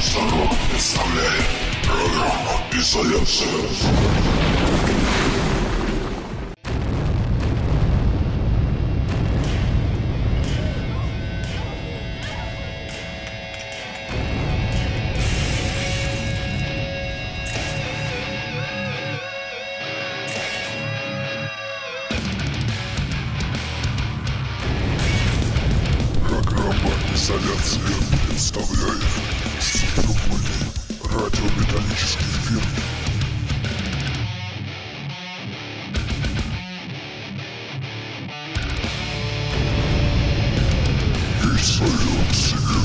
Шарок представляет программу «Изоляция». Программа «Изоляция» представляет суперумный радиометаллический фильм. Изоляция.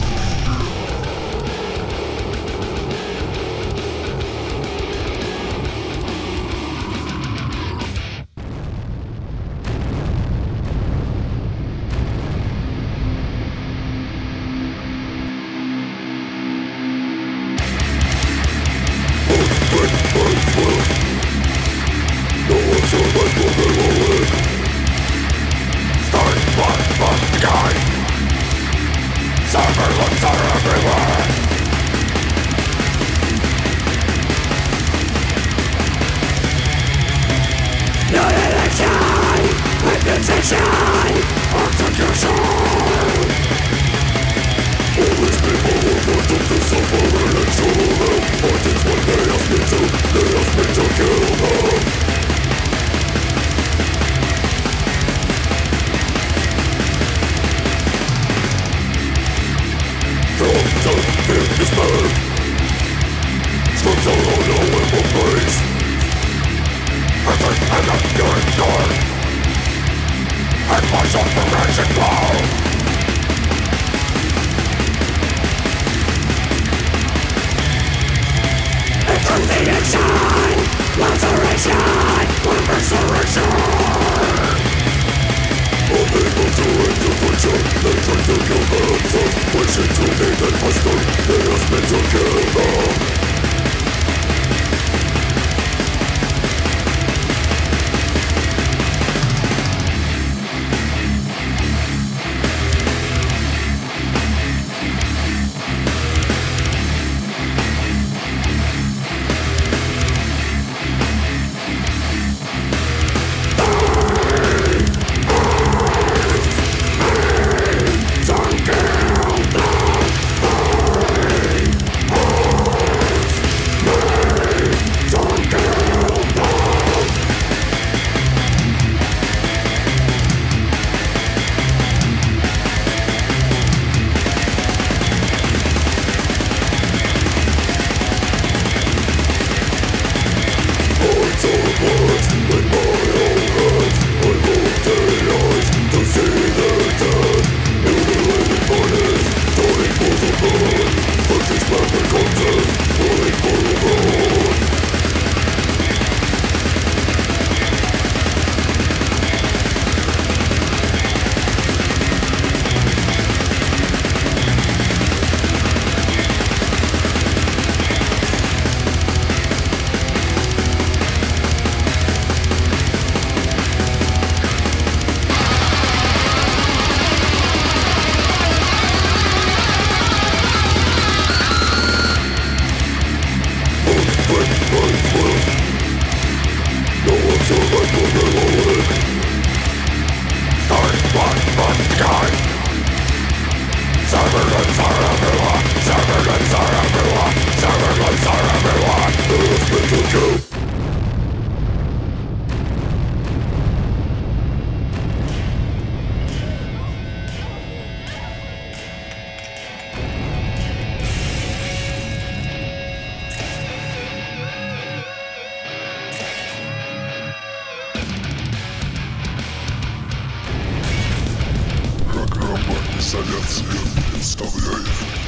«Изоляция» представляет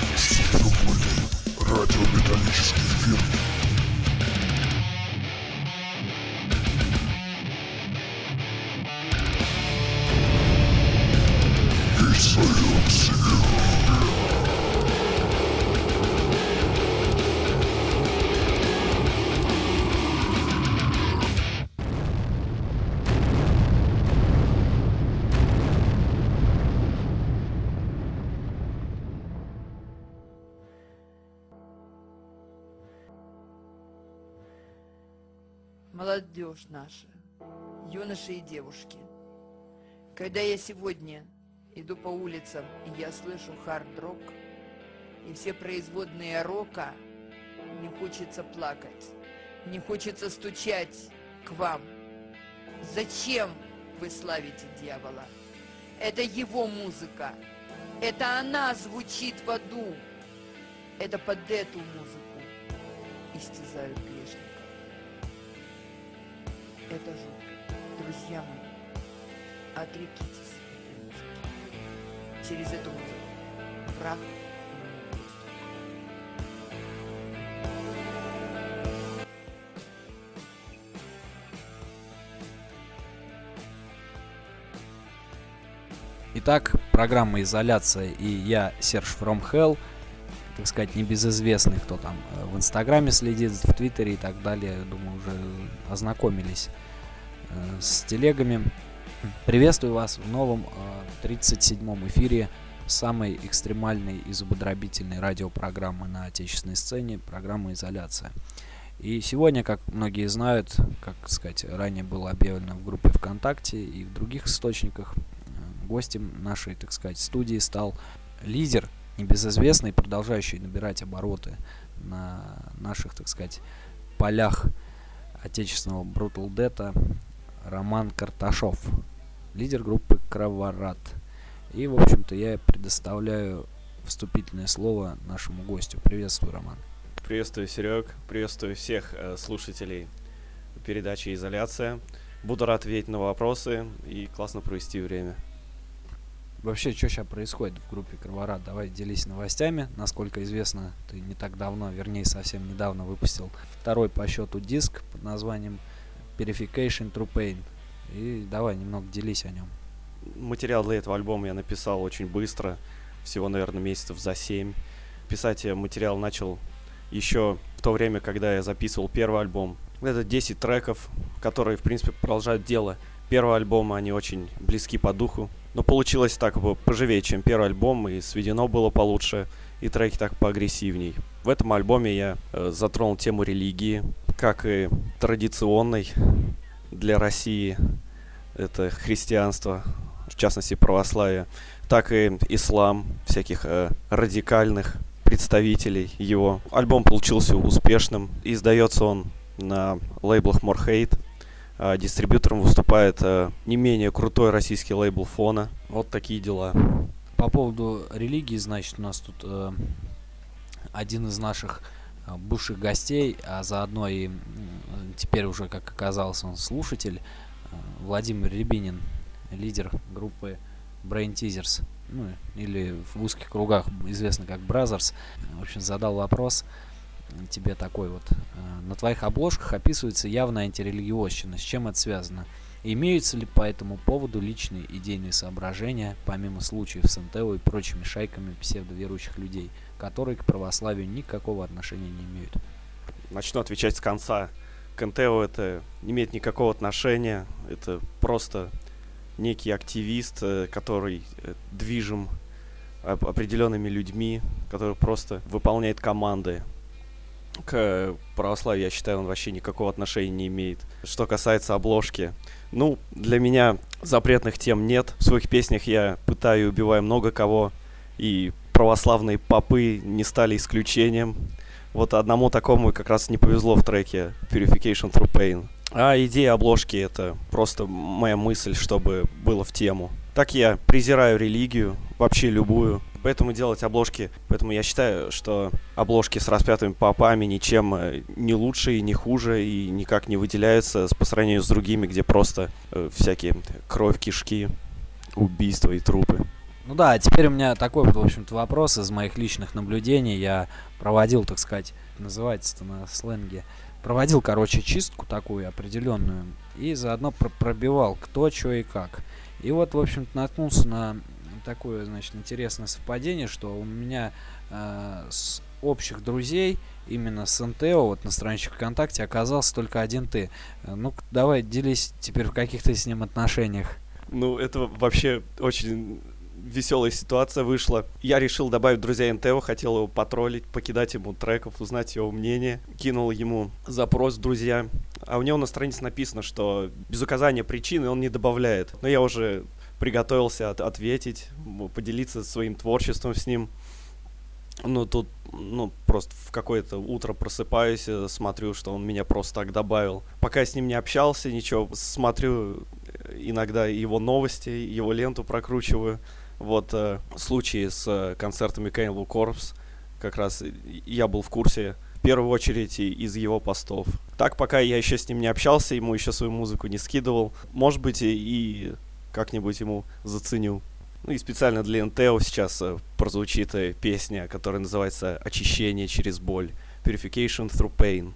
суперумный радиометаллический фильм. «Изоляция». молодежь наша, юноши и девушки. Когда я сегодня иду по улицам, и я слышу хард-рок, и все производные рока, мне хочется плакать, мне хочется стучать к вам. Зачем вы славите дьявола? Это его музыка, это она звучит в аду, это под эту музыку истязают грешников. Это жутко. Друзья мои, отрекитесь от этой музыки. Через эту музыку враг имеет доступ. Итак, программа «Изоляция» и я, Серж From Hell, так сказать, небезызвестный, кто там в Инстаграме следит, в Твиттере и так далее, думаю, уже ознакомились с телегами. Приветствую вас в новом 37-м эфире самой экстремальной и зубодробительной радиопрограммы на отечественной сцене, программа «Изоляция». И сегодня, как многие знают, как сказать, ранее было объявлено в группе ВКонтакте и в других источниках, гостем нашей, так сказать, студии стал лидер, небезызвестный, продолжающий набирать обороты на наших, так сказать, полях отечественного Brutal Death Роман Карташов, лидер группы Кроварат. И, в общем-то, я предоставляю вступительное слово нашему гостю. Приветствую, Роман. Приветствую, Серег. Приветствую всех слушателей передачи «Изоляция». Буду рад ответить на вопросы и классно провести время. Вообще, что сейчас происходит в группе Кроварат? Давай делись новостями. Насколько известно, ты не так давно, вернее, совсем недавно выпустил второй по счету диск под названием Purification True Pain. И давай немного делись о нем. Материал для этого альбома я написал очень быстро, всего, наверное, месяцев за 7. Писать я материал начал еще в то время, когда я записывал первый альбом. Это 10 треков, которые, в принципе, продолжают дело первого альбома, они очень близки по духу. Но получилось так поживее, чем первый альбом, и сведено было получше, и треки так поагрессивней. В этом альбоме я затронул тему религии, как и традиционной для России, это христианство, в частности православие, так и ислам, всяких радикальных представителей его. Альбом получился успешным, издается он на лейблах More Hate. Дистрибьютором выступает не менее крутой российский лейбл Фона. Вот такие дела. По поводу религии, значит, у нас тут один из наших бывших гостей, а заодно и теперь уже, как оказалось, он слушатель, Владимир Рябинин, лидер группы Brain Teasers, ну, или в узких кругах известно как Brothers. В общем, задал вопрос тебе такой вот. На твоих обложках описывается явная антирелигиозщина. С чем это связано? Имеются ли по этому поводу личные идейные соображения, помимо случаев с НТО и прочими шайками псевдоверующих людей, которые к православию никакого отношения не имеют? Начну отвечать с конца. К НТО это не имеет никакого отношения. Это просто некий активист, который движим определенными людьми, который просто выполняет команды. К православию, я считаю, он вообще никакого отношения не имеет. Что касается обложки, ну, для меня запретных тем нет. В своих песнях я пытаю и убиваю много кого, и православные попы не стали исключением. Вот одному такому как раз не повезло в треке Purification True Pain. А идея обложки — это просто моя мысль, чтобы было в тему. Так я презираю религию, вообще любую. Поэтому делать обложки, поэтому я считаю, что обложки с распятыми попами ничем не лучше и не хуже, и никак не выделяются по сравнению с другими, где просто всякие кровь, кишки, убийства и трупы. Ну да, теперь у меня такой вот, в общем-то, вопрос из моих личных наблюдений. Я проводил, так сказать, называется-то на сленге, проводил, короче, чистку такую определенную и заодно пробивал кто, что и как. И вот, в общем-то, наткнулся на такое, значит, интересное совпадение, что у меня с общих друзей, именно с НТО, вот на страничке ВКонтакте оказался только один ты. Ну, давай делись теперь в каких-то с ним отношениях. Ну, это вообще очень веселая ситуация вышла. Я решил добавить друзья НТО, хотел его потроллить, покидать ему треков, узнать его мнение. Кинул ему запрос в друзья. А у него на странице написано, что без указания причины он не добавляет. Но я уже приготовился ответить, поделиться своим творчеством с ним. Ну, тут, просто в какое-то утро просыпаюсь, смотрю, что он меня просто так добавил. Пока я с ним не общался, ничего, смотрю иногда его новости, его ленту прокручиваю. Вот случаи с концертами Cannibal Corpse, как раз я был в курсе, в первую очередь, из его постов. Так, пока я еще с ним не общался, ему еще свою музыку не скидывал, может быть, и как-нибудь ему заценю. Ну и специально для НТО сейчас прозвучит песня, которая называется «Очищение через боль». Purification through pain.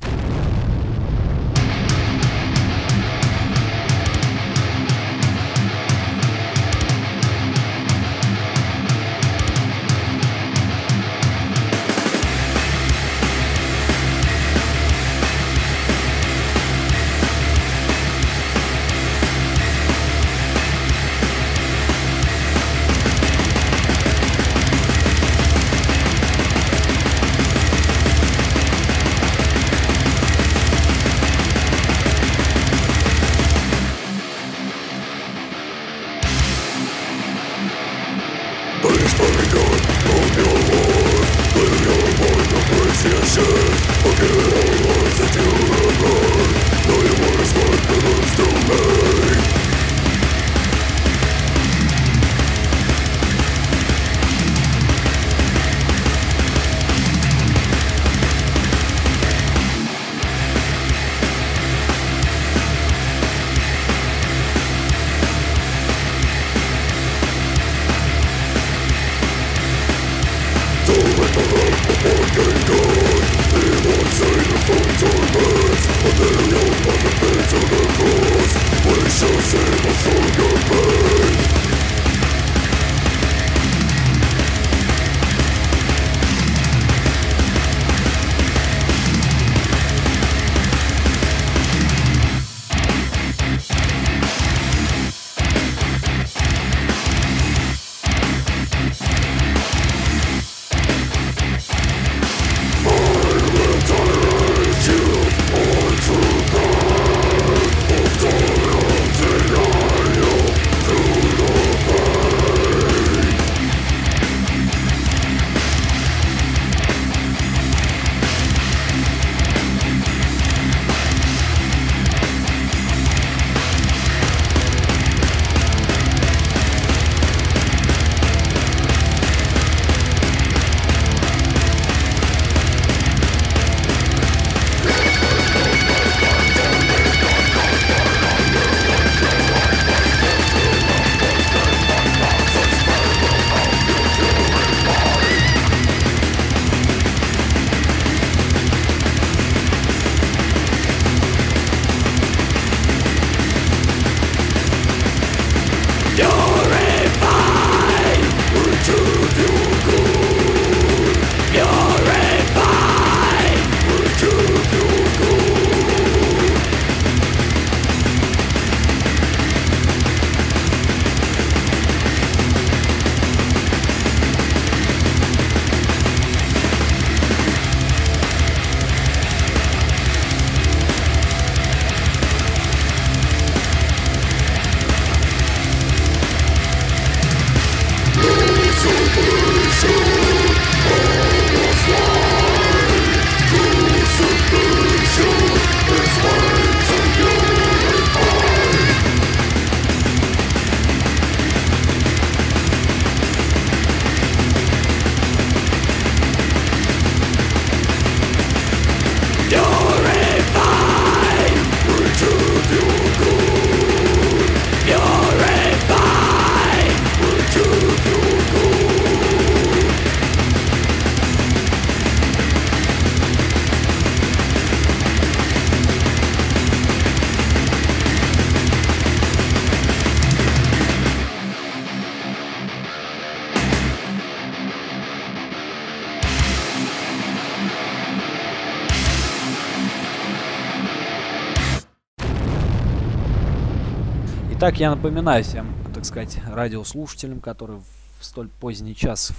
Итак, я напоминаю всем, так сказать, радиослушателям, которые в столь поздний час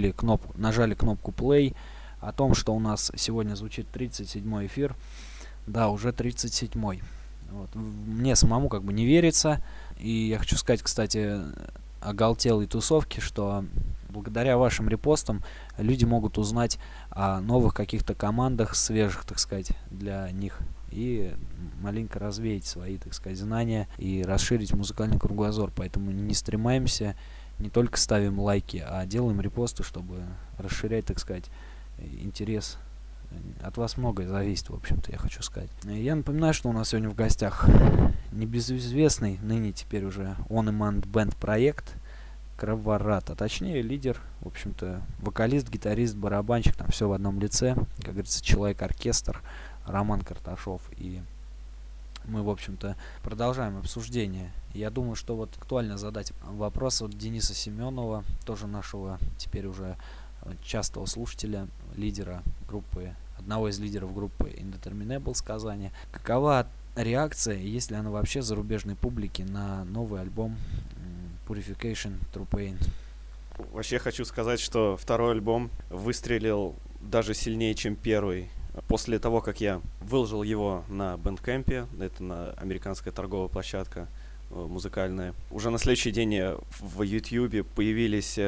нажали кнопку play, о том, что у нас сегодня звучит 37-й эфир. Да, уже 37-й. Вот. Мне самому как бы не верится. И я хочу сказать, кстати, оголтелой тусовке, что благодаря вашим репостам люди могут узнать о новых каких-то командах, свежих, так сказать, для них. И маленько развеять свои, так сказать, знания и расширить музыкальный кругозор. Поэтому не стремаемся, не только ставим лайки, а делаем репосты, чтобы расширять, так сказать, интерес. От вас многое зависит, в общем-то, я хочу сказать. Я напоминаю, что у нас сегодня в гостях небезызвестный, ныне теперь уже on-demand бэнд проект Кроварат, а точнее лидер, в общем-то, вокалист, гитарист, барабанщик, там все в одном лице, как говорится, человек-оркестр Роман Карташов. И мы, в общем-то, продолжаем обсуждение. Я думаю, что вот актуально задать вопрос от Дениса Семенова, тоже нашего теперь уже частого слушателя, лидера группы, одного из лидеров группы Indeterminable с Казани. Какова реакция, есть ли она вообще зарубежной публики на новый альбом Purification True Pain? Вообще хочу сказать, что второй альбом выстрелил даже сильнее, чем первый. После того, как я выложил его на Bandcamp, это на американская торговая площадка музыкальная, уже на следующий день в YouTube появились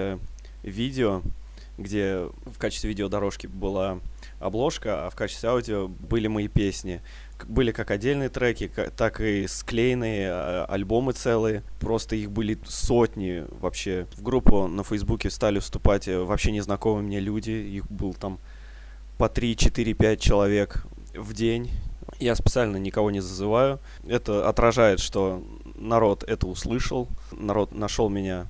видео, где в качестве видеодорожки была обложка, а в качестве аудио были мои песни. Были как отдельные треки, так и склеенные альбомы целые. Просто их были сотни вообще. В группу на Фейсбуке стали вступать вообще незнакомые мне люди. Их было там по 3, 4, 5 человек в день. Я специально никого не зазываю. Это отражает, что народ это услышал. Народ нашел меня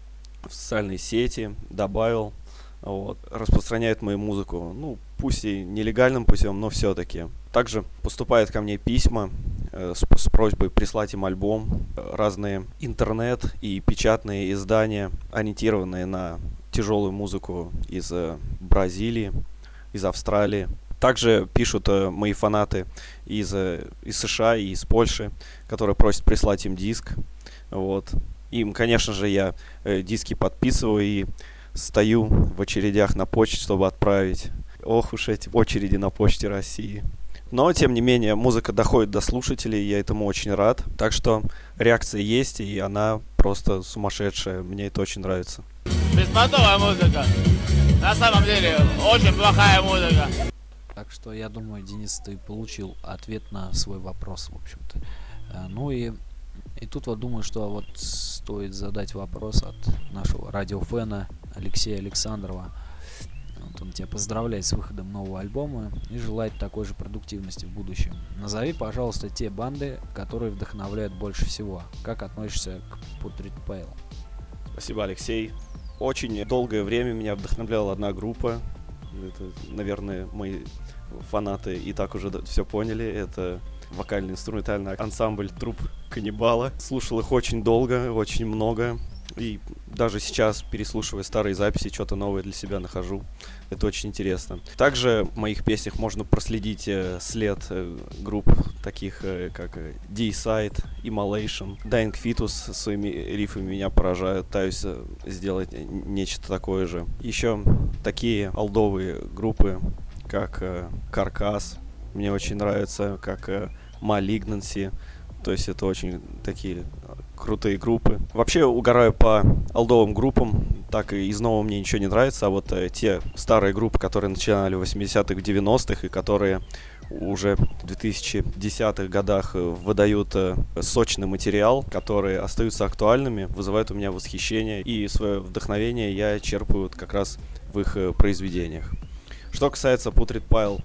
в социальной сети, добавил. Вот, распространяет мою музыку, ну, пусть и нелегальным путем, но все-таки. Также поступают ко мне письма с просьбой прислать им альбом, разные интернет и печатные издания, ориентированные на тяжелую музыку из Бразилии, из Австралии. Также пишут мои фанаты из США и из Польши, которые просят прислать им диск. Вот. Им, конечно же, я диски подписываю и стою в очередях на почте, чтобы отправить. Ох уж эти очереди на почте России. Но, тем не менее, музыка доходит до слушателей, я этому очень рад. Так что реакция есть, и она просто сумасшедшая. Мне это очень нравится. Беспонтовая музыка. На самом деле, очень плохая музыка. Так что, я думаю, Денис, ты получил ответ на свой вопрос, в общем-то. Ну и тут вот думаю, что вот стоит задать вопрос от нашего радиофена Алексея Александрова. Вот он тебя поздравляет с выходом нового альбома и желает такой же продуктивности в будущем. Назови, пожалуйста, те банды, которые вдохновляют больше всего. Как относишься к Putrid Pale? Спасибо, Алексей. Очень долгое время меня вдохновляла одна группа. Это, наверное, мои фанаты и так уже все поняли. Это вокально-инструментальный ансамбль Труп Каннибала. Слушал их очень долго, очень много. И даже сейчас, переслушивая старые записи, что-то новое для себя нахожу. Это очень интересно. Также в моих песнях можно проследить след групп, таких как D-Side, Immolation, Dying Fetus своими рифами меня поражают. Пытаюсь сделать нечто такое же. Еще такие олдовые группы, как Carcass, мне очень нравится, как Malignancy. То есть это очень такие крутые группы. Вообще угораю по олдовым группам, так и из нового мне ничего не нравится, а вот те старые группы, которые начинали в 80-х, в 90-х, и которые уже в 2010-х годах выдают сочный материал, которые остаются актуальными, вызывают у меня восхищение, и свое вдохновение я черпаю как раз в их произведениях. Что касается Putrid Pile,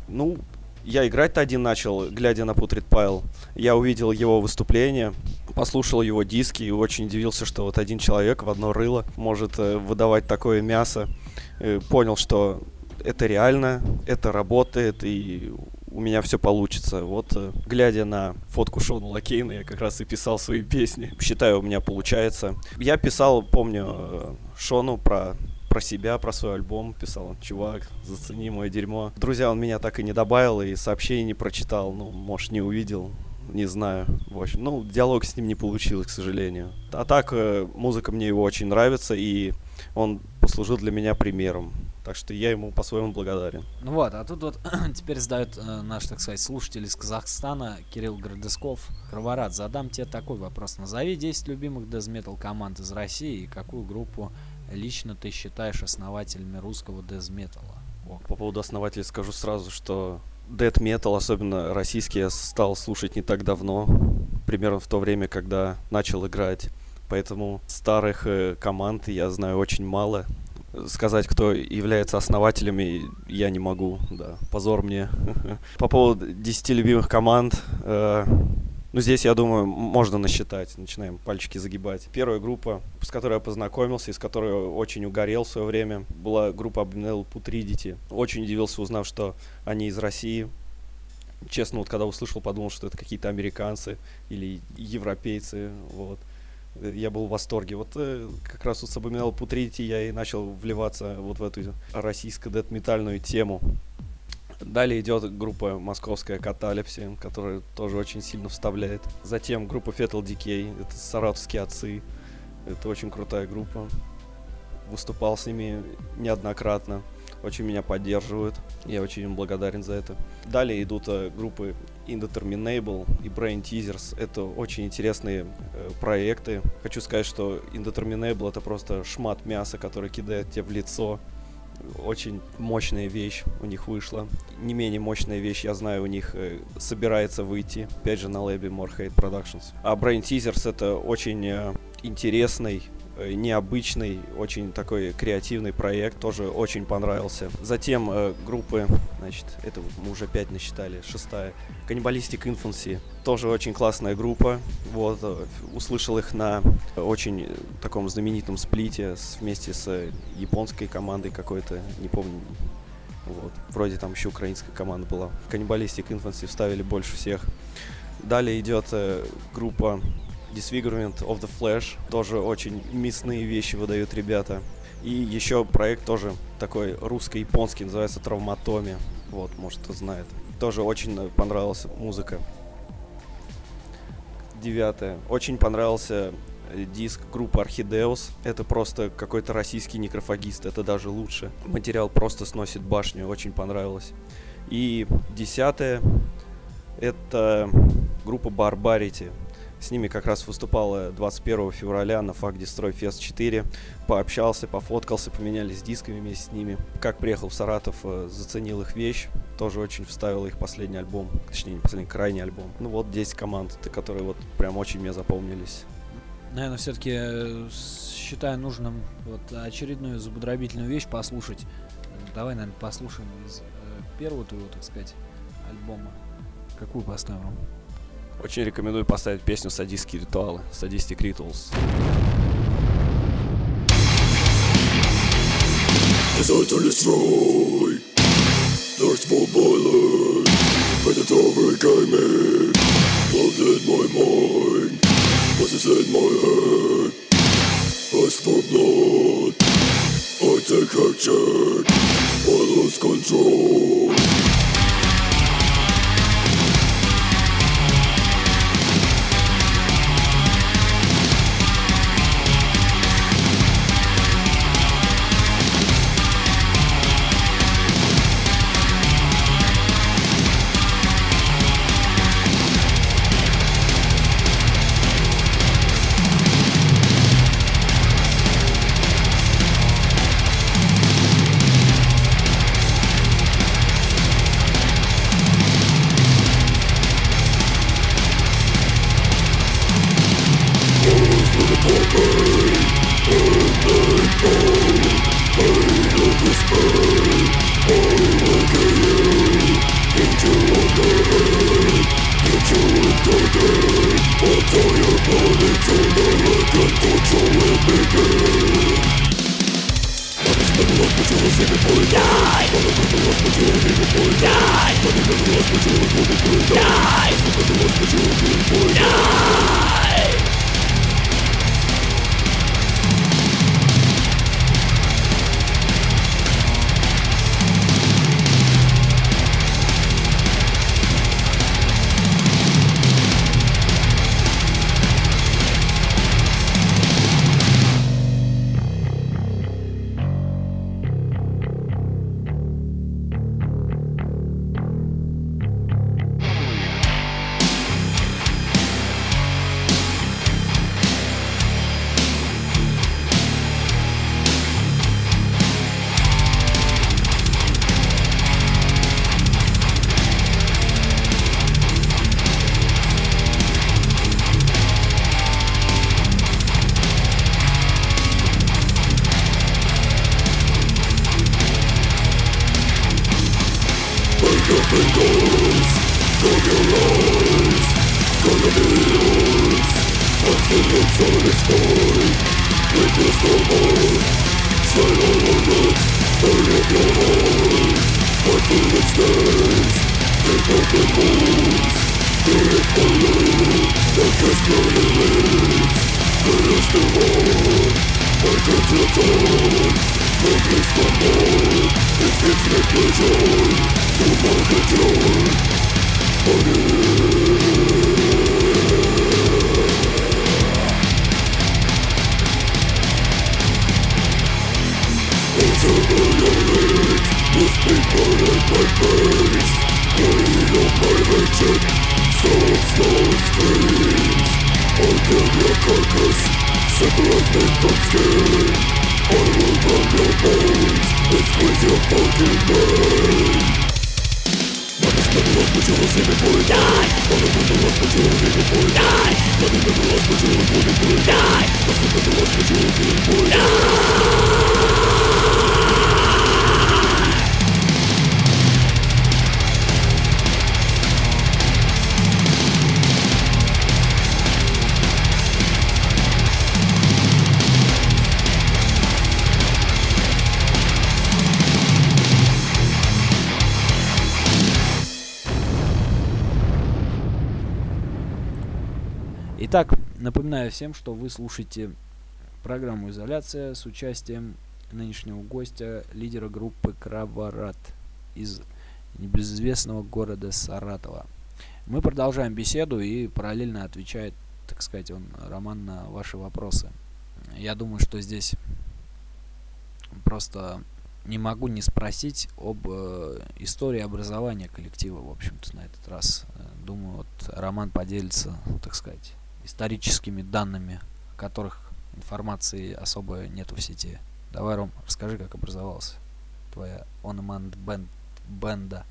я играть-то один начал, глядя на Putrid Pile. Я увидел его выступление, послушал его диски и очень удивился, что вот один человек в одно рыло может выдавать такое мясо. Понял, что это реально, это работает, и у меня все получится. Вот, глядя на фотку Шона Лакейна, я как раз и писал свои песни. Считаю, у меня получается. Я писал, помню, Шону про себя, про свой альбом, писал: чувак, зацени мое дерьмо. Друзья, он меня так и не добавил, и сообщений не прочитал, может, не увидел. не знаю. В общем, ну, диалог с ним не получилось, к сожалению. А так, музыка мне его очень нравится, и он послужил для меня примером. Так что я ему по-своему благодарен. Ну вот, а тут вот теперь задает наш, так сказать, слушатель из Казахстана Кирилл Градысков. Кроварат, задам тебе такой вопрос. Назови 10 любимых дэз-метал команд из России и какую группу лично ты считаешь основателями русского дэз-металла? По поводу основателей скажу сразу, что дэт-метал, особенно российский, я стал слушать не так давно. Примерно в то время, когда начал играть. Поэтому старых команд я знаю очень мало. Сказать, кто является основателями, я не могу, да, позор мне. По поводу 10 любимых команд, ну, здесь, я думаю, можно насчитать, начинаем пальчики загибать. Первая группа, с которой я познакомился и с которой очень угорел в свое время, была группа Abominable Putridity. Очень удивился, узнав, что они из России. Честно, вот когда услышал, подумал, что это какие-то американцы или европейцы, вот. Я был в восторге. Вот как раз вот с Abominable Putridity я и начал вливаться вот в эту российско-дэт-метальную тему. Далее идет группа московская Каталепси, которая тоже очень сильно вставляет. Затем группа Fatal Decay, это саратовские отцы. Это очень крутая группа. Выступал с ними неоднократно. Очень меня поддерживают. Я очень им благодарен за это. Далее идут группы Indeterminable и Brain Teasers. Это очень интересные проекты. Хочу сказать, что Indeterminable — это просто шмат мяса, который кидает тебе в лицо. Очень мощная вещь у них вышла. Не менее мощная вещь, я знаю, у них собирается выйти. Опять же, на лейбле More Hate Productions. А Brain Teasers — это очень интересный, необычный, очень такой креативный проект, тоже очень понравился. Затем группы, значит, это мы уже 5 насчитали, 6-я, Cannibalistic Infancy, тоже очень классная группа, вот, услышал их на очень таком знаменитом сплите вместе с японской командой какой-то, не помню, вот, вроде там еще украинская команда была. Cannibalistic Infancy вставили больше всех. Далее идет группа Disfigurement of the Flesh, тоже очень мясные вещи выдают ребята. И еще проект тоже такой русско-японский, называется Травматоми. Вот, может, кто знает. Тоже очень понравилась музыка. 9-е. Очень понравился диск группы Орхидеус. Это просто какой-то российский некрофагист, это даже лучше. Материал просто сносит башню, очень понравилось. И 10-е. Это группа Barbarity. С ними как раз выступала 21 февраля на Fuck Destroy Fest 4. Пообщался, пофоткался, поменялись дисками вместе с ними. Как приехал в Саратов, заценил их вещь. Тоже очень вставил их последний альбом. Точнее, не последний, крайний альбом. Ну вот 10 команд, которые вот прям очень мне запомнились. Наверное, все-таки считаю нужным вот очередную зубодробительную вещь послушать. Давай, наверное, послушаем из первого твоего, так сказать, альбома. Какую поставим? Очень рекомендую поставить песню «Садистские ритуалы», «Sadistic Rituals». Desire to destroy, thirst for violence, predatory gaming, blood in my mind, voices in my head, ask for blood, I take action, I lose control. Итак, напоминаю всем, что вы слушаете программу «Изоляция» с участием нынешнего гостя, лидера группы «Кроворат» из небезызвестного города Саратова. Мы продолжаем беседу, и параллельно отвечает, так сказать, Роман, на ваши вопросы. Я думаю, что здесь просто не могу не спросить об истории образования коллектива, в общем-то, на этот раз. Думаю, вот Роман поделится, так сказать, историческими данными, о которых информации особо нету в сети. Давай, Ром, расскажи, как образовалась твоя он-ман бенда.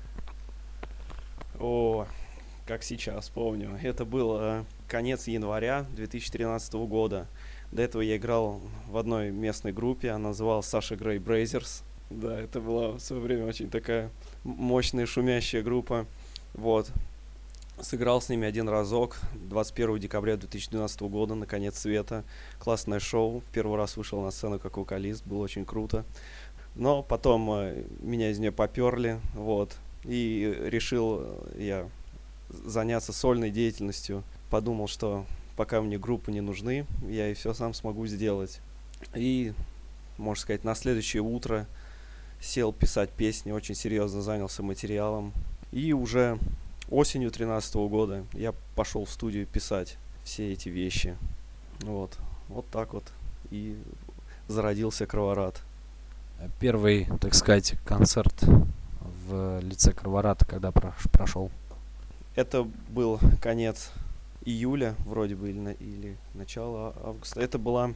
О, как сейчас помню. Это был конец января 2013 года. До этого я играл в одной местной группе, она называлась Саша Грей Бразерс. Да, это была в свое время очень такая мощная, шумящая группа. Вот. Сыграл с ними один разок 21 декабря 2012 года на конец света. Классное шоу. В первый раз вышел на сцену как вокалист. Было очень круто. Но потом меня из нее поперли. Вот. И решил я заняться сольной деятельностью. Подумал, что пока мне группы не нужны, я и все сам смогу сделать. И, можно сказать, на следующее утро сел писать песни. Очень серьезно занялся материалом. И уже осенью 2013 года я пошел в студию писать все эти вещи. Вот так вот и зародился Кроворат. Первый, так сказать, концерт в лице Кровората когда прошел? Это был конец июля, вроде бы, или начало августа. Это была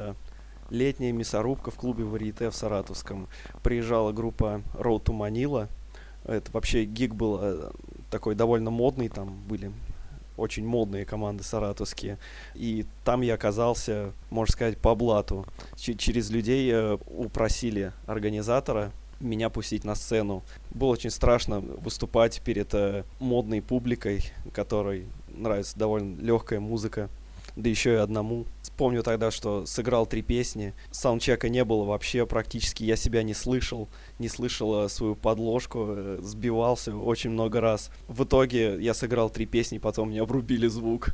летняя мясорубка в клубе Варьете в Саратовском. Приезжала группа Road to Manila. Это вообще гиг был такой довольно модный, там были очень модные команды саратовские. И там я оказался, можно сказать, по блату. Через людей упросили организатора меня пустить на сцену. Было очень страшно выступать перед модной публикой, которой нравится довольно легкая музыка, да еще и одному. Помню тогда, что сыграл 3 песни, саундчека не было вообще практически, я себя не слышал свою подложку, сбивался очень много раз. В итоге я сыграл 3 песни, потом мне обрубили звук.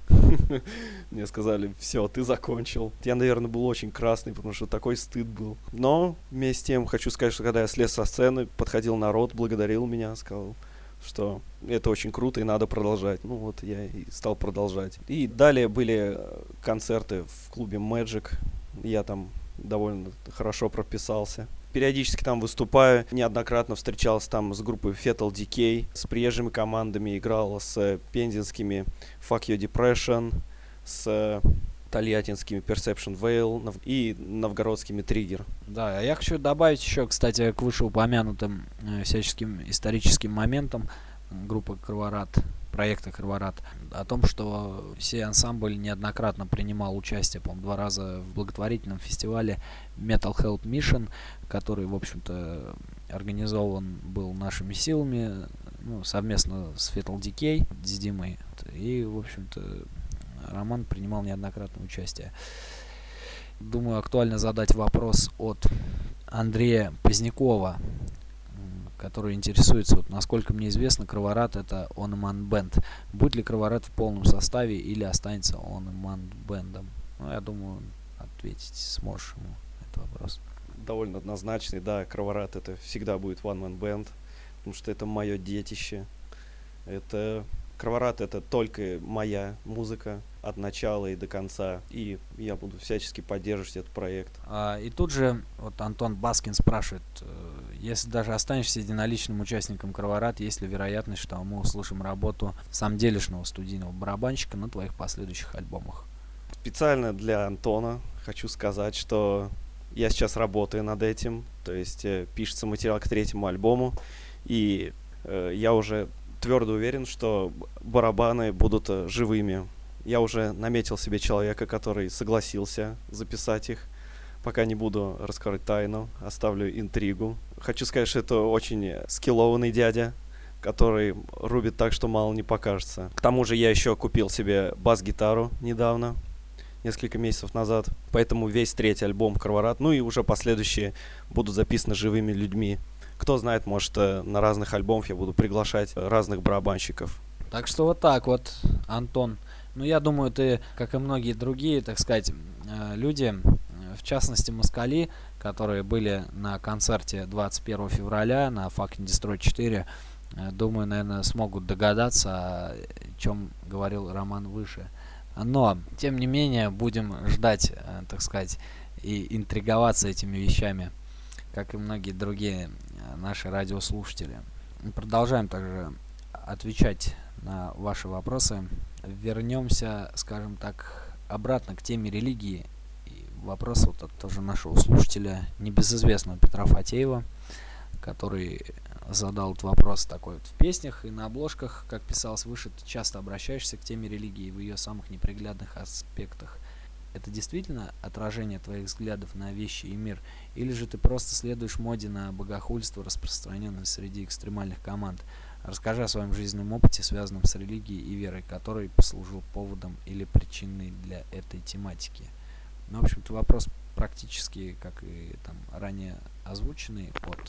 Мне сказали: все, ты закончил. Я, наверное, был очень красный, потому что такой стыд был. Но вместе с тем хочу сказать, что когда я слез со сцены, подходил народ, благодарил меня, сказал, что это очень круто и надо продолжать. Ну вот я и стал продолжать. И далее были концерты в клубе Magic. Я там довольно хорошо прописался. Периодически там выступаю. Неоднократно встречался там с группой Fatal Decay. С приезжими командами играл с пензенскими Fuck Your Depression, с тольяттинскими Perception Veil и новгородскими Trigger. Да, я хочу добавить еще, кстати, к вышеупомянутым всяческим историческим моментам группы Кроворат, проекта Кроворат, о том, что все ансамбль неоднократно принимал участие, по-моему, 2 раза в благотворительном фестивале Metal Help Mission, который, в общем-то, организован был нашими силами, совместно с Fatal Decay, с Димой. И, в общем-то, Роман принимал неоднократное участие. Думаю, актуально задать вопрос от Андрея Позднякова, который интересуется, вот, насколько мне известно, Кроворат — это on-man band. Будет ли Кроворат в полном составе или останется on-man бэндом? Ну, я думаю, ответить сможешь ему на этот вопрос. Довольно однозначный, да, Кроворат — это всегда будет one-man band, потому что это мое детище. Кроворат — это только моя музыка от начала и до конца, и я буду всячески поддерживать этот проект. И тут же вот Антон Баскин спрашивает, если даже останешься единоличным участником Кроворат, есть ли вероятность, что мы услышим работу самделишного студийного барабанщика на твоих последующих альбомах? Специально для Антона хочу сказать, что я сейчас работаю над этим, то есть пишется материал к 3-му альбому, и я уже твердо уверен, что барабаны будут живыми. Я уже наметил себе человека, который согласился записать их. Пока не буду раскрывать тайну, оставлю интригу. Хочу сказать, что это очень скиллованный дядя, который рубит так, что мало не покажется. К тому же я еще купил себе бас-гитару недавно, несколько месяцев назад. Поэтому весь 3-й альбом Кроворат, ну и уже последующие будут записаны живыми людьми. Кто знает, может, на разных альбомах я буду приглашать разных барабанщиков. Так что вот так вот, Антон. Ну, я думаю, ты, как и многие другие, так сказать, люди, в частности, москали, которые были на концерте 21 февраля на Fucking Destroy 4, думаю, наверное, смогут догадаться, о чем говорил Роман выше. Но, тем не менее, будем ждать, так сказать, и интриговаться этими вещами, как и многие другие наши радиослушатели. Продолжаем также отвечать на ваши вопросы. Вернемся, скажем так, обратно к теме религии. И вопрос вот от тоже нашего слушателя, небезызвестного Петра Фатеева, который задал этот вопрос такой вот: в песнях и на обложках, как писалось выше, ты часто обращаешься к теме религии в ее самых неприглядных аспектах. Это действительно отражение твоих взглядов на вещи и мир? Или же ты просто следуешь моде на богохульство, распространенное среди экстремальных команд? Расскажи о своем жизненном опыте, связанном с религией и верой, который послужил поводом или причиной для этой тематики. Ну, в общем-то, вопрос практически, как и там ранее озвученный, от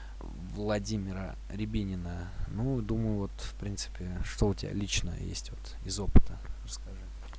Владимира Рябинина. Ну, думаю, вот, в принципе, что у тебя лично есть вот из опыта? Расскажи.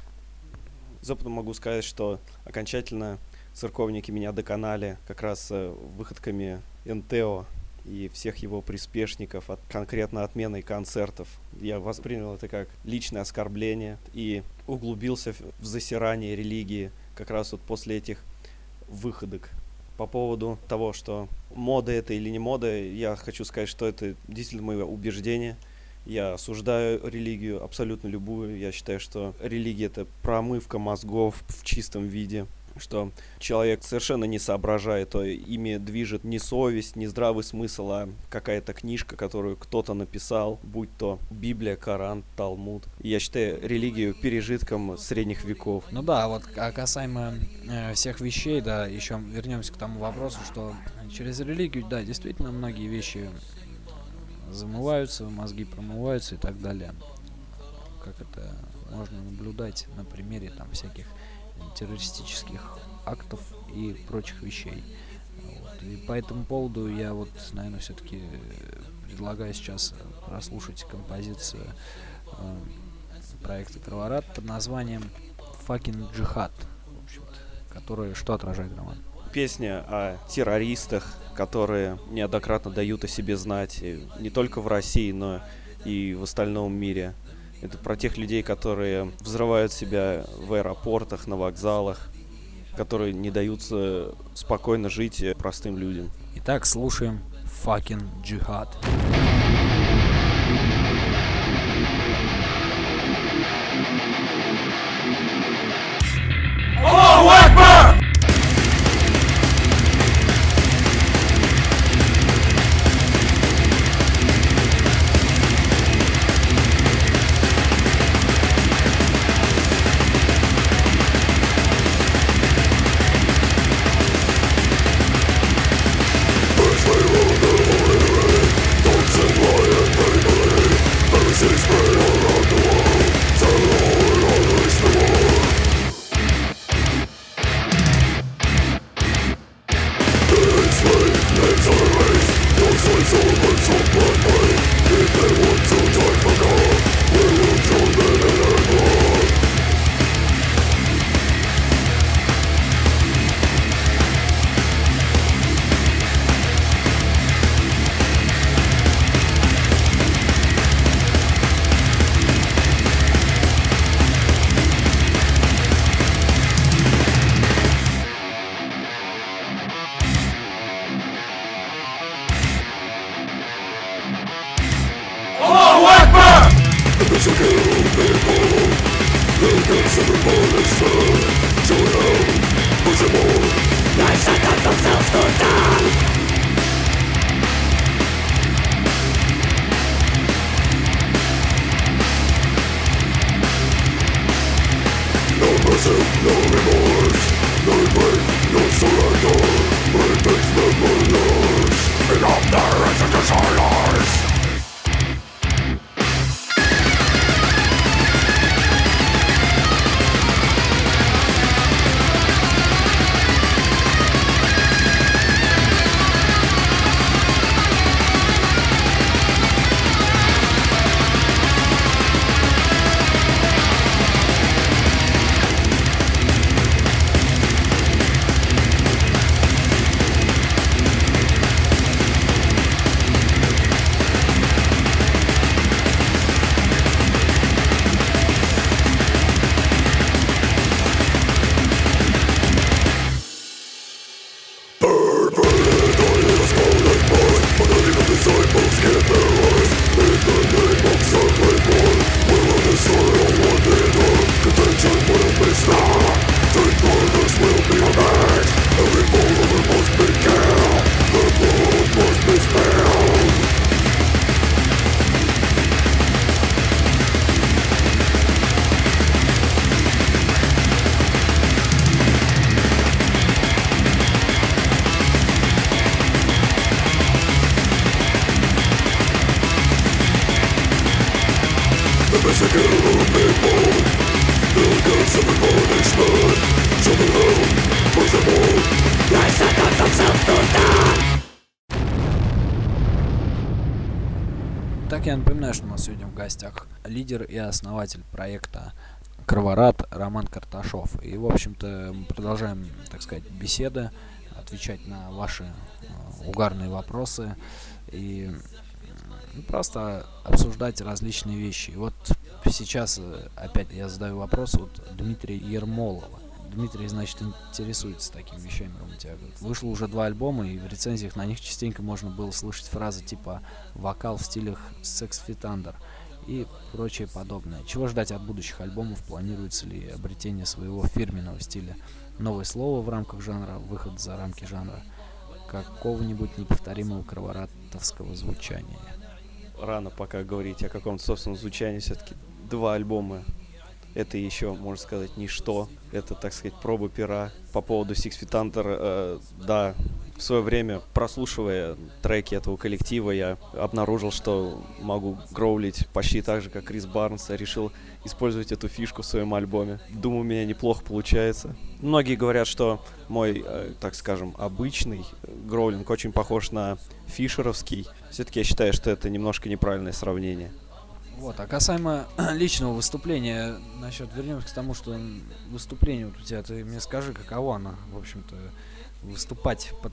Из опыта могу сказать, что окончательно церковники меня доконали как раз выходками НТО и всех его приспешников, конкретно отменой концертов. Я воспринял это как личное оскорбление и углубился в засирание религии как раз вот после этих выходок. По поводу того, что мода это или не мода, я хочу сказать, что это действительно мое убеждение. Я осуждаю религию, абсолютно любую. Я считаю, что религия — это промывка мозгов в чистом виде, что человек совершенно не соображает, то ими движет не совесть, не здравый смысл, а какая-то книжка, которую кто-то написал, будь то Библия, Коран, Талмуд. Я считаю религию пережитком средних веков. Ну да, вот касаемо всех вещей, да, еще вернемся к тому вопросу, что через религию, да, действительно многие вещи замываются, мозги промываются и так далее. Как это можно наблюдать на примере там всяких террористических актов и прочих вещей. Вот. И по этому поводу я вот, наверное, все-таки предлагаю сейчас прослушать композицию проекта Кроворат под названием Fucking Jihad, в общем-то, которая что отражает, Роман? Песня о террористах, которые неоднократно дают о себе знать не только в России, но и в остальном мире. Это про тех людей, которые взрывают себя в аэропортах, на вокзалах, которые не дают спокойно жить простым людям. Итак, слушаем Fucking Jihad. Allahu Akbar! Don't send lion, baby. Mercy's prayer. Так, я напоминаю, что у нас сегодня в гостях лидер и основатель проекта Кровораат Роман Карташов. И, в общем-то, мы продолжаем, так сказать, беседы, отвечать на ваши угарные вопросы и просто обсуждать различные вещи. И вот сейчас опять я задаю вопрос от Дмитрия Ермолова. Дмитрий, значит, интересуется такими вещами. Он у тебя говорит, вышло уже 2 альбома, и в рецензиях на них частенько можно было слышать фразы типа «вокал в стилях Sex Thunder» и прочее подобное. Чего ждать от будущих альбомов? Планируется ли обретение своего фирменного стиля? Новое слово в рамках жанра, выход за рамки жанра, какого-нибудь неповторимого кровораатовского звучания? Рано пока говорить о каком-то собственном звучании. Все-таки 2 альбома. Это еще, можно сказать, ничто. Это, так сказать, проба пера. По поводу Six Feet Under, да, в свое время, прослушивая треки этого коллектива, я обнаружил, что могу гроулить почти так же, как Крис Барнс. Я решил использовать эту фишку в своем альбоме. Думаю, у меня неплохо получается. Многие говорят, что мой, так скажем, обычный гроулинг очень похож на фишеровский. Все-таки я считаю, что это немножко неправильное сравнение. Вот, а касаемо личного выступления, вернемся к тому, что выступление вот у тебя, ты мне скажи, каково оно, в общем-то, выступать под,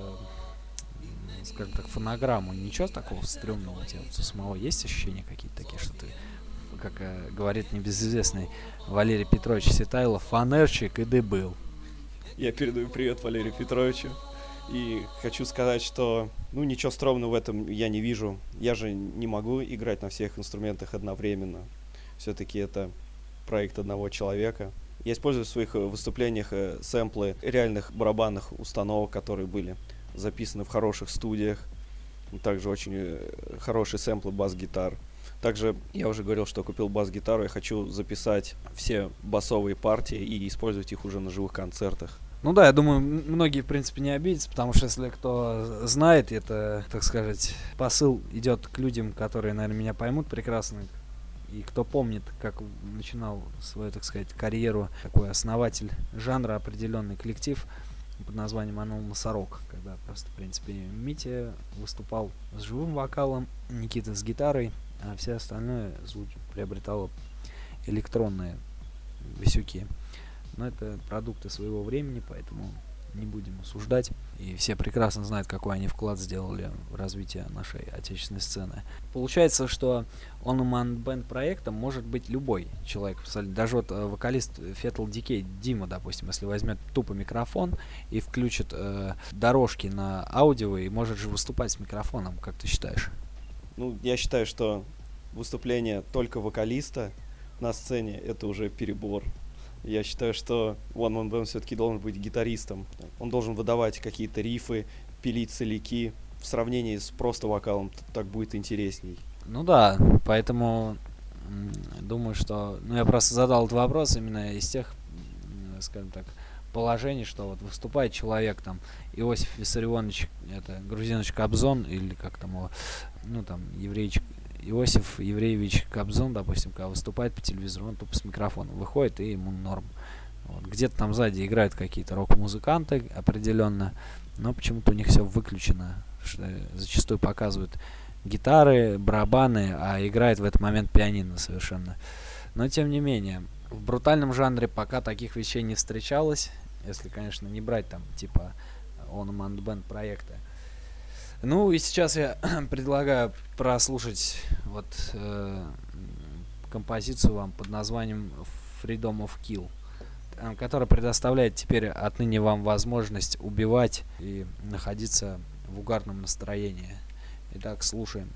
скажем так, фонограмму, ничего такого стрёмного у тебя у самого есть ощущения какие-то такие, что ты, как говорит небезызвестный Валерий Петрович Ситайлов, фанерчик и дебил. Я передаю привет Валерию Петровичу. И хочу сказать, что ничего стрёмного в этом я не вижу. Я же не могу играть на всех инструментах одновременно. Все-таки это проект одного человека. Я использую в своих выступлениях сэмплы реальных барабанных установок, которые были записаны в хороших студиях. Также очень хорошие сэмплы бас-гитар. Также я уже говорил, что купил бас-гитару. Я хочу записать все басовые партии и использовать их уже на живых концертах. Ну да, я думаю, многие, в принципе, не обидятся, потому что если кто знает, это, так сказать, посыл идет к людям, которые, наверное, меня поймут прекрасно. И кто помнит, как начинал свою, так сказать, карьеру такой основатель жанра, определенный коллектив под названием Анул Носорог, когда просто, в принципе, Митя выступал с живым вокалом, Никита с гитарой, а все остальное звук приобретало электронные висюки. Но это продукты своего времени, поэтому не будем осуждать. И все прекрасно знают, какой они вклад сделали в развитие нашей отечественной сцены. Получается, что On Man Band проектом может быть любой человек. Даже вот вокалист Fatal Decay Дима, допустим, если возьмет тупо микрофон и включит дорожки на аудио, и может же выступать с микрофоном, как ты считаешь? Я считаю, что выступление только вокалиста на сцене — это уже перебор. Я считаю, что One Man Band все-таки должен быть гитаристом. Он должен выдавать какие-то рифы, пилить соляки. В сравнении с просто вокалом так будет интересней. Ну да, поэтому думаю, что... Ну, я просто задал этот вопрос именно из тех, скажем так, положений, что вот выступает человек, там, Иосиф Виссарионович, это Грузинович Кобзон, или как там его, ну, там, Иосиф Евреевич Кобзон, допустим, когда выступает по телевизору, он тупо с микрофоном выходит, и ему норм. Вот. Где-то там сзади играют какие-то рок-музыканты определенно, но почему-то у них все выключено, что зачастую показывают гитары, барабаны, а играет в этот момент пианино совершенно. Но тем не менее, в брутальном жанре пока таких вещей не встречалось, если, конечно, не брать там типа One Man Band проекта. Ну и сейчас я предлагаю прослушать вот композицию вам под названием Freedom of Kill, которая предоставляет теперь отныне вам возможность убивать и находиться в угарном настроении. Итак, слушаем.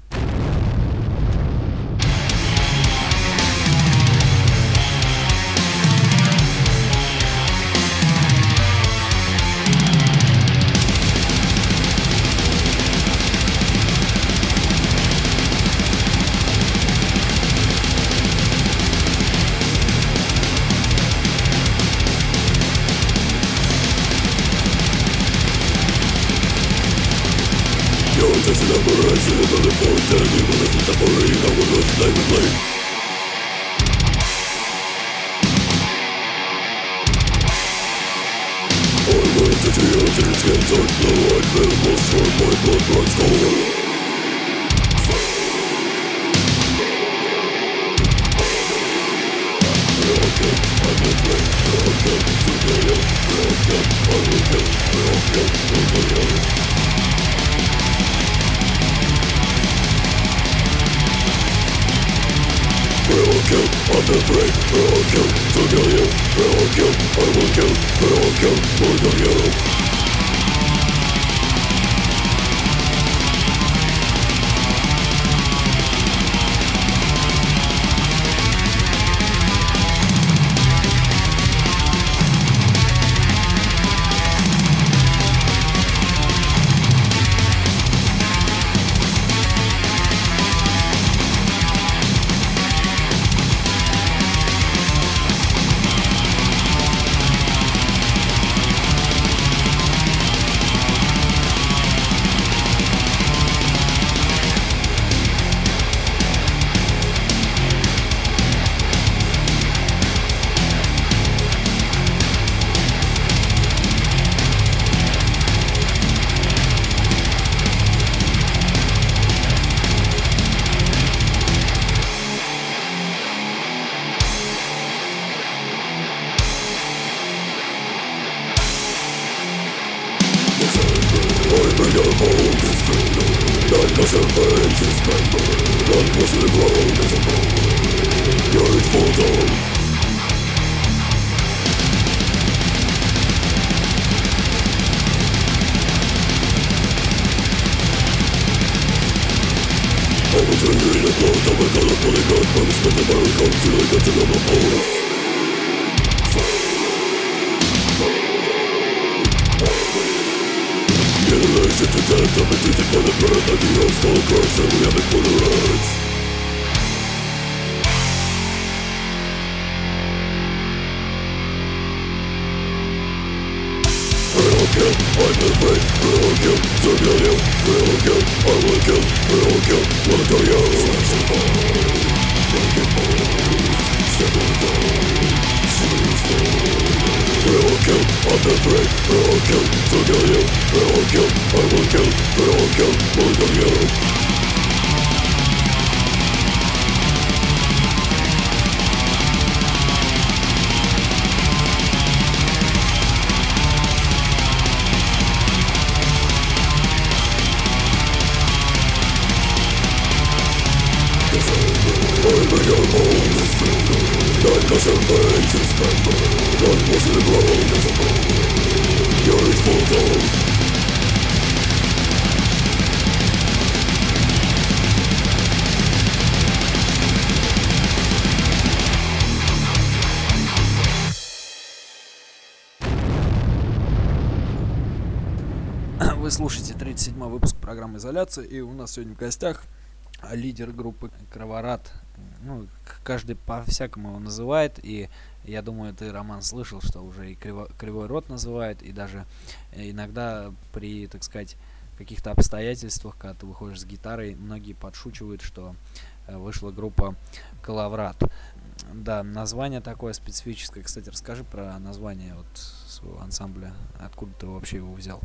Вы слушаете 37-й выпуск программы «Изоляция», и у нас сегодня в гостях лидер группы «Кроворат». Ну, каждый по-всякому его называет, и я думаю, ты, Роман, слышал, что уже и Кривой Рот называют, и даже иногда при, так сказать, каких-то обстоятельствах, когда ты выходишь с гитарой, многие подшучивают, что вышла группа «Коловрат». Да, название такое специфическое. Кстати, расскажи про название вот своего ансамбля. Откуда ты вообще его взял?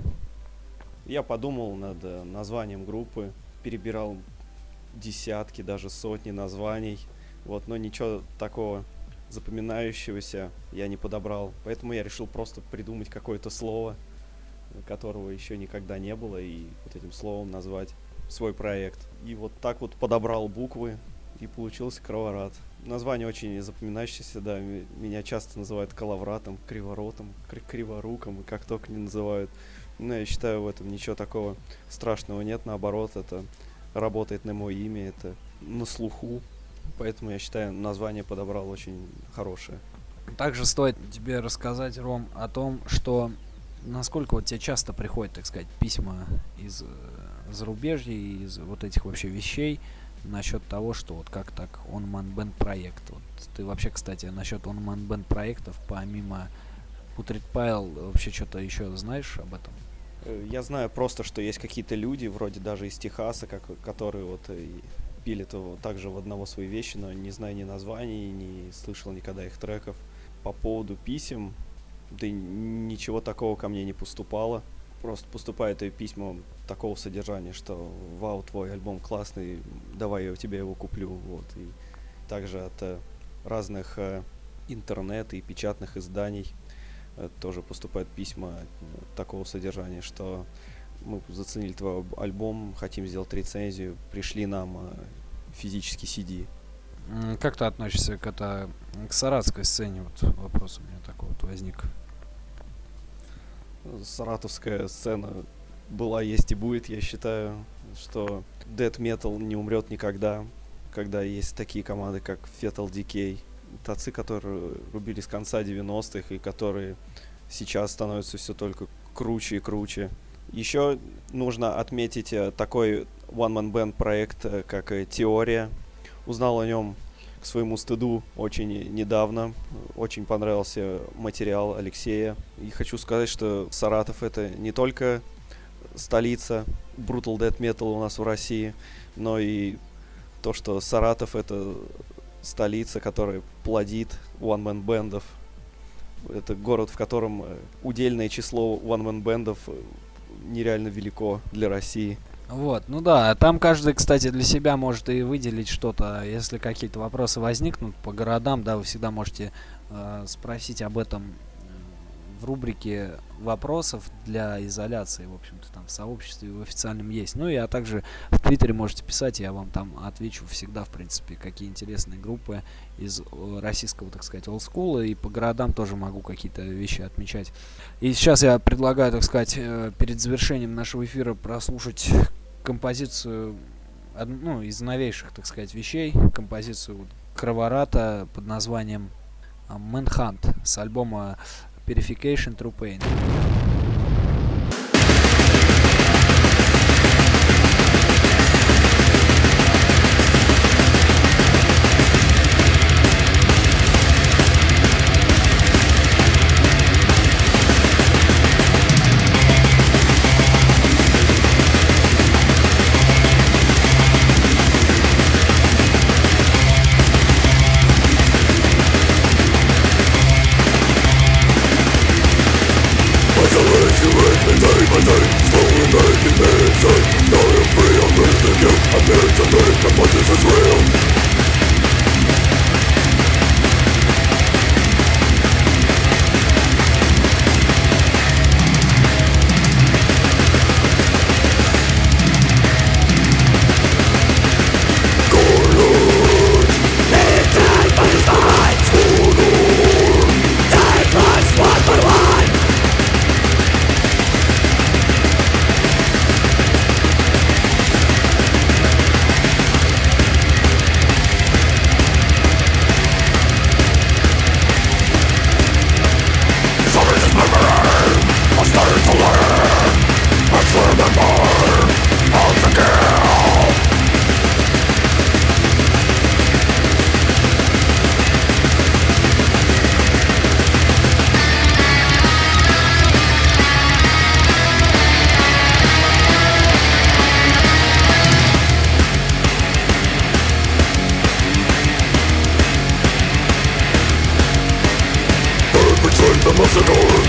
Я подумал над названием группы, перебирал десятки, даже сотни названий, вот, но ничего такого запоминающегося я не подобрал. Поэтому я решил просто придумать какое-то слово, которого еще никогда не было, и вот этим словом назвать свой проект. И вот так вот подобрал буквы, и получился «Кроворат». Название очень запоминающееся, да, меня часто называют коловратом, криворотом, криворуком, и как только не называют. Но я считаю, в этом ничего такого страшного нет, наоборот, это работает на мое имя, это на слуху, поэтому я считаю, название подобрал очень хорошее. Также стоит тебе рассказать, Ром, о том, что насколько вот тебе часто приходят, так сказать, письма из зарубежья, из вот этих вообще вещей, насчет того, что вот как так On-Man Band проект. Вот ты вообще, кстати, насчет On-Man Band проектов, помимо Putrid Pile, вообще что-то еще знаешь об этом? Я знаю просто, что есть какие-то люди, вроде даже из Техаса, которые вот пилят также в одного свои вещи, но не знаю ни названий, не слышал никогда их треков. По поводу писем, да ничего такого ко мне не поступало. Просто поступают и письма такого содержания, что «Вау, твой альбом классный, давай я тебе его куплю». Вот. И также от разных интернет и печатных изданий тоже поступают письма такого содержания, что мы заценили твой альбом, хотим сделать рецензию, пришли нам физический CD. Как ты относишься к саратовской сцене? Вот вопрос у меня такой вот возник. Саратовская сцена была, есть и будет. Я считаю, что Death Metal не умрет никогда, когда есть такие команды, как Fatal Decay. Тацы, которые рубили с конца 90-х и которые сейчас становятся все только круче и круче. Еще нужно отметить такой one-man band проект, как «Теория». Узнал о нем к своему стыду очень недавно. Очень понравился материал Алексея. И хочу сказать, что Саратов — это не только столица Brutal Death Metal у нас в России, но и то, что Саратов — это столица, которая плодит one-man-бэндов. Это город, в котором удельное число one-man-бэндов нереально велико для России. Вот, ну да, там каждый, кстати, для себя может и выделить что-то. Если какие-то вопросы возникнут по городам, да, вы всегда можете спросить об этом в рубрике вопросов для изоляции, в общем-то, там в сообществе в официальном есть. Ну и а также в Твиттере можете писать, я вам там отвечу всегда, в принципе, какие интересные группы из российского, так сказать, олдскула, и по городам тоже могу какие-то вещи отмечать. И сейчас я предлагаю, так сказать, перед завершением нашего эфира прослушать композицию, ну, из новейших, так сказать, вещей, композицию Кровората под названием Manhunt с альбома Purification True Pain.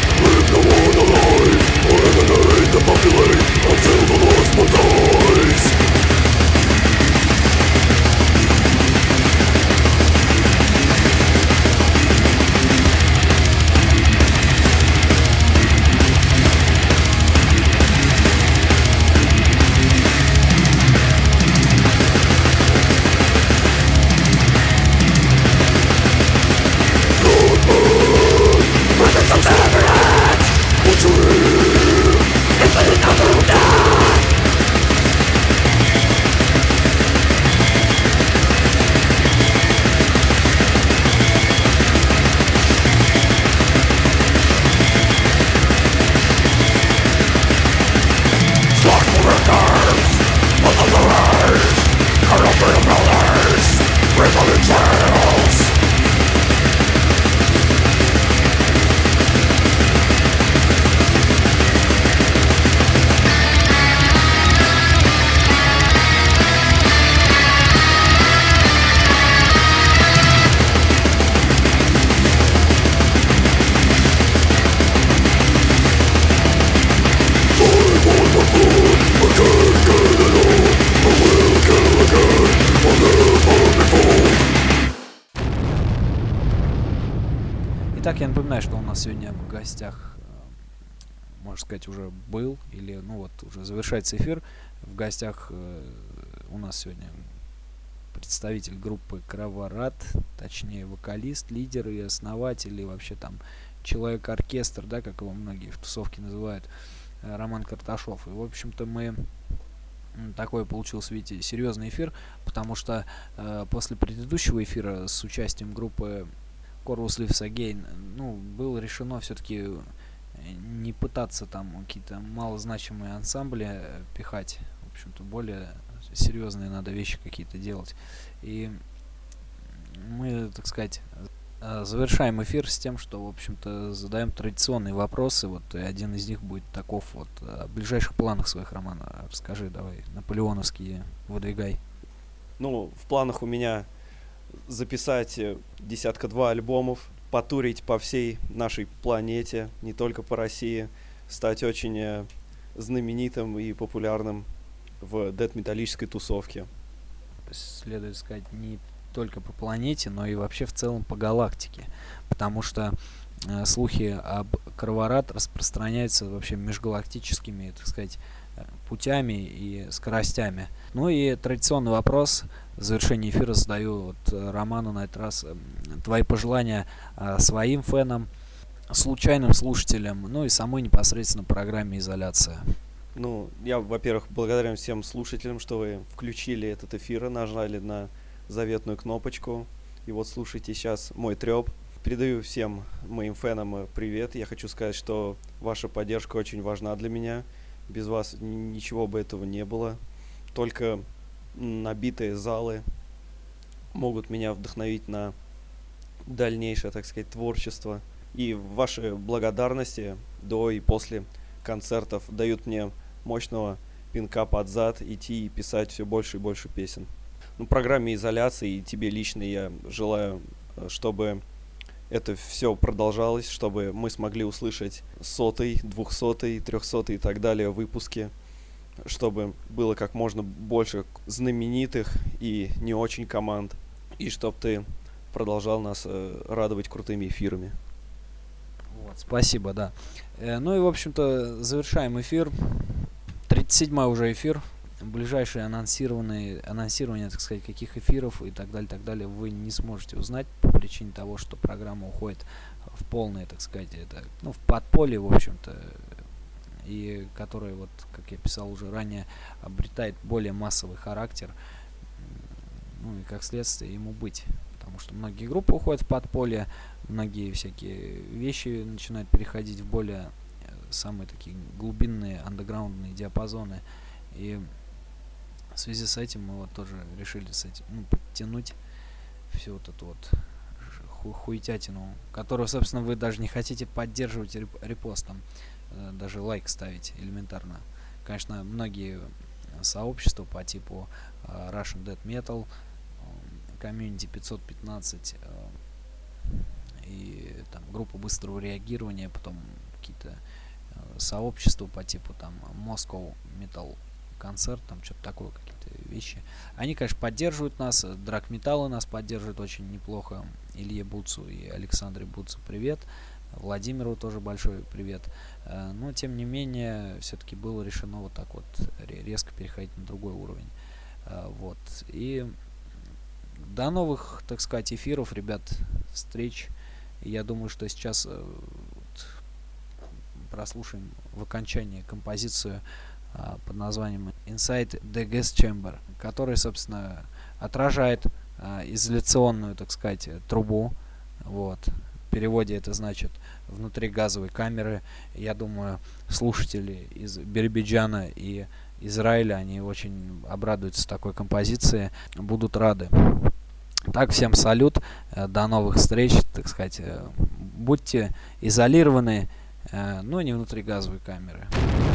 Leave no one alive or eliminate the populate until the last one dies. Итак, я напоминаю, что у нас сегодня в гостях, можно сказать, уже был, или, ну вот, уже завершается эфир. В гостях у нас сегодня представитель группы Кроворат, точнее, вокалист, лидер и основатель, и вообще там человек-оркестр, да, как его многие в тусовке называют, Роман Карташов. И, в общем-то, мы... Такой получился, видите, серьезный эфир, потому что после предыдущего эфира с участием группы Corvus Lives Again, ну, было решено все-таки не пытаться там какие-то малозначимые ансамбли пихать. В общем-то, более серьезные надо вещи какие-то делать. И мы, так сказать, завершаем эфир с тем, что, в общем-то, задаем традиционные вопросы. Вот и один из них будет таков. Вот о ближайших планах своих, Роман, расскажи, давай, наполеоновские выдвигай. Ну, в планах у меня записать 10-2 альбомов, потурить по всей нашей планете, не только по России, стать очень знаменитым и популярным в дэт-металлической тусовке. Следует сказать, не только по планете, но и вообще в целом по галактике, потому что слухи об Кроворат распространяются вообще межгалактическими, так сказать, путями и скоростями. Ну и традиционный вопрос в завершении эфира задаю вот Роману на этот раз. Твои пожелания своим фенам, случайным слушателям, ну и самой непосредственно программе «Изоляция». Ну, я, во-первых, благодарен всем слушателям, что вы включили этот эфир, нажали на заветную кнопочку. И вот слушайте сейчас мой трёп. Передаю всем моим фенам привет. Я хочу сказать, что ваша поддержка очень важна для меня. Без вас ничего бы этого не было. Только набитые залы могут меня вдохновить на дальнейшее, так сказать, творчество. И ваши благодарности до и после концертов дают мне мощного пинка под зад идти и писать все больше и больше песен. Ну, программе «Изоляции» и тебе лично я желаю, чтобы это все продолжалось, чтобы мы смогли услышать 100-й, 200-й, 300-й и так далее выпуски, чтобы было как можно больше знаменитых и не очень команд, и чтобы ты продолжал нас радовать крутыми эфирами. Вот, спасибо, да. Ну и, в общем-то, завершаем эфир. 37-й уже эфир. Ближайшие анонсирование, так сказать, каких эфиров и так далее, вы не сможете узнать по причине того, что программа уходит в полное, так сказать, это, ну, в подполье, в общем-то, и которое, вот, как я писал уже ранее, обретает более массовый характер, ну и как следствие ему быть, потому что многие группы уходят в подполье, многие всякие вещи начинают переходить в более самые такие глубинные андеграундные диапазоны, и в связи с этим мы вот тоже решили подтянуть всю вот эту вот хуетятину, которую, собственно, вы даже не хотите поддерживать репостом, даже лайк ставить элементарно. Конечно, многие сообщества по типу Russian Death Metal, Community 515 и там группа быстрого реагирования, потом сообщество по типу там Moscow Metal концерт, там что-то такое, какие-то вещи. Они, конечно, поддерживают нас, Драк Металла нас поддерживает очень неплохо. Илье Буцу и Александре Буцу привет. Владимиру тоже большой привет. Но, тем не менее, все-таки было решено вот так вот резко переходить на другой уровень. Вот. И до новых, так сказать, эфиров, ребят, встреч. Я думаю, что сейчас прослушаем в окончании композицию под названием Inside the Gas Chamber, который, собственно, отражает изоляционную, так сказать, трубу. Вот. В переводе это значит внутри газовой камеры. Я думаю, слушатели из Биробиджана и Израиля, они очень обрадуются такой композиции, будут рады. Так, всем салют, до новых встреч, так сказать, будьте изолированы, но не внутри газовой камеры.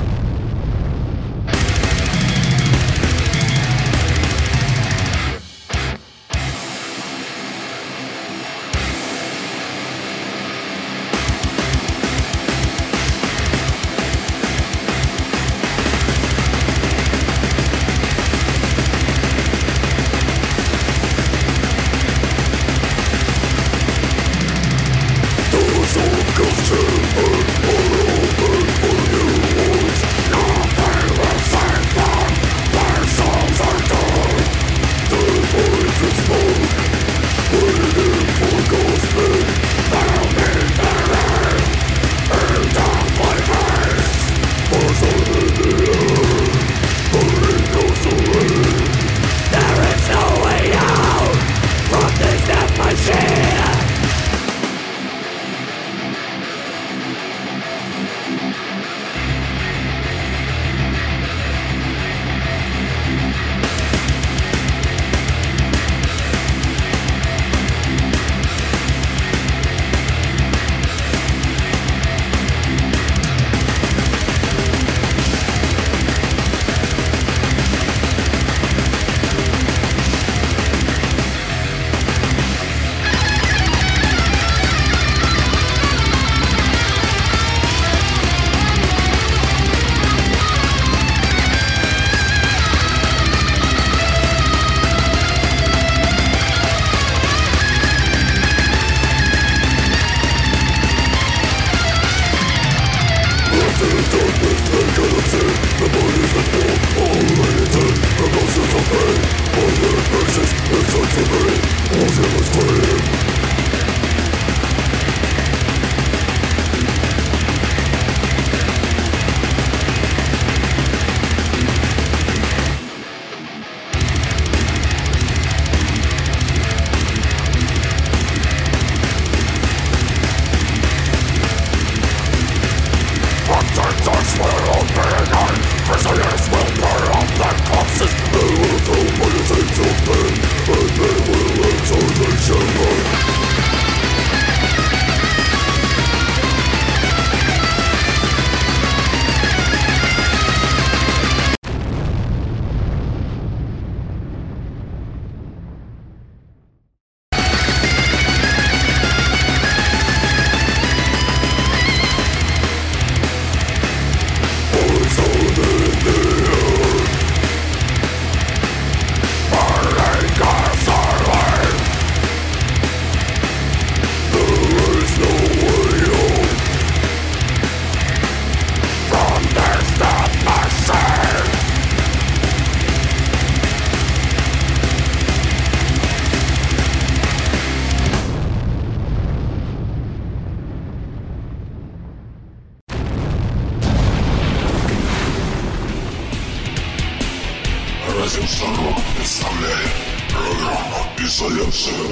Радиосорок представляет программу «Изоляция».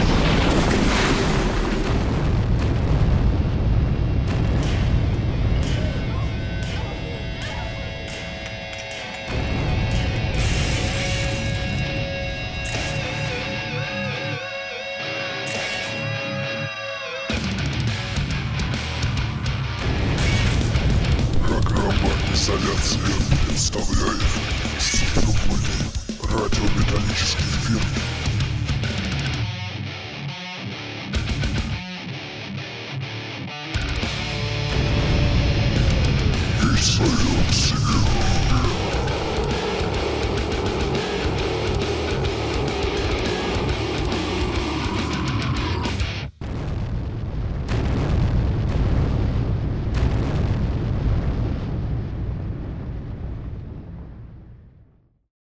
Программа «Изоляция» представляет супергруппный радиометаллический эфир. Представляем себе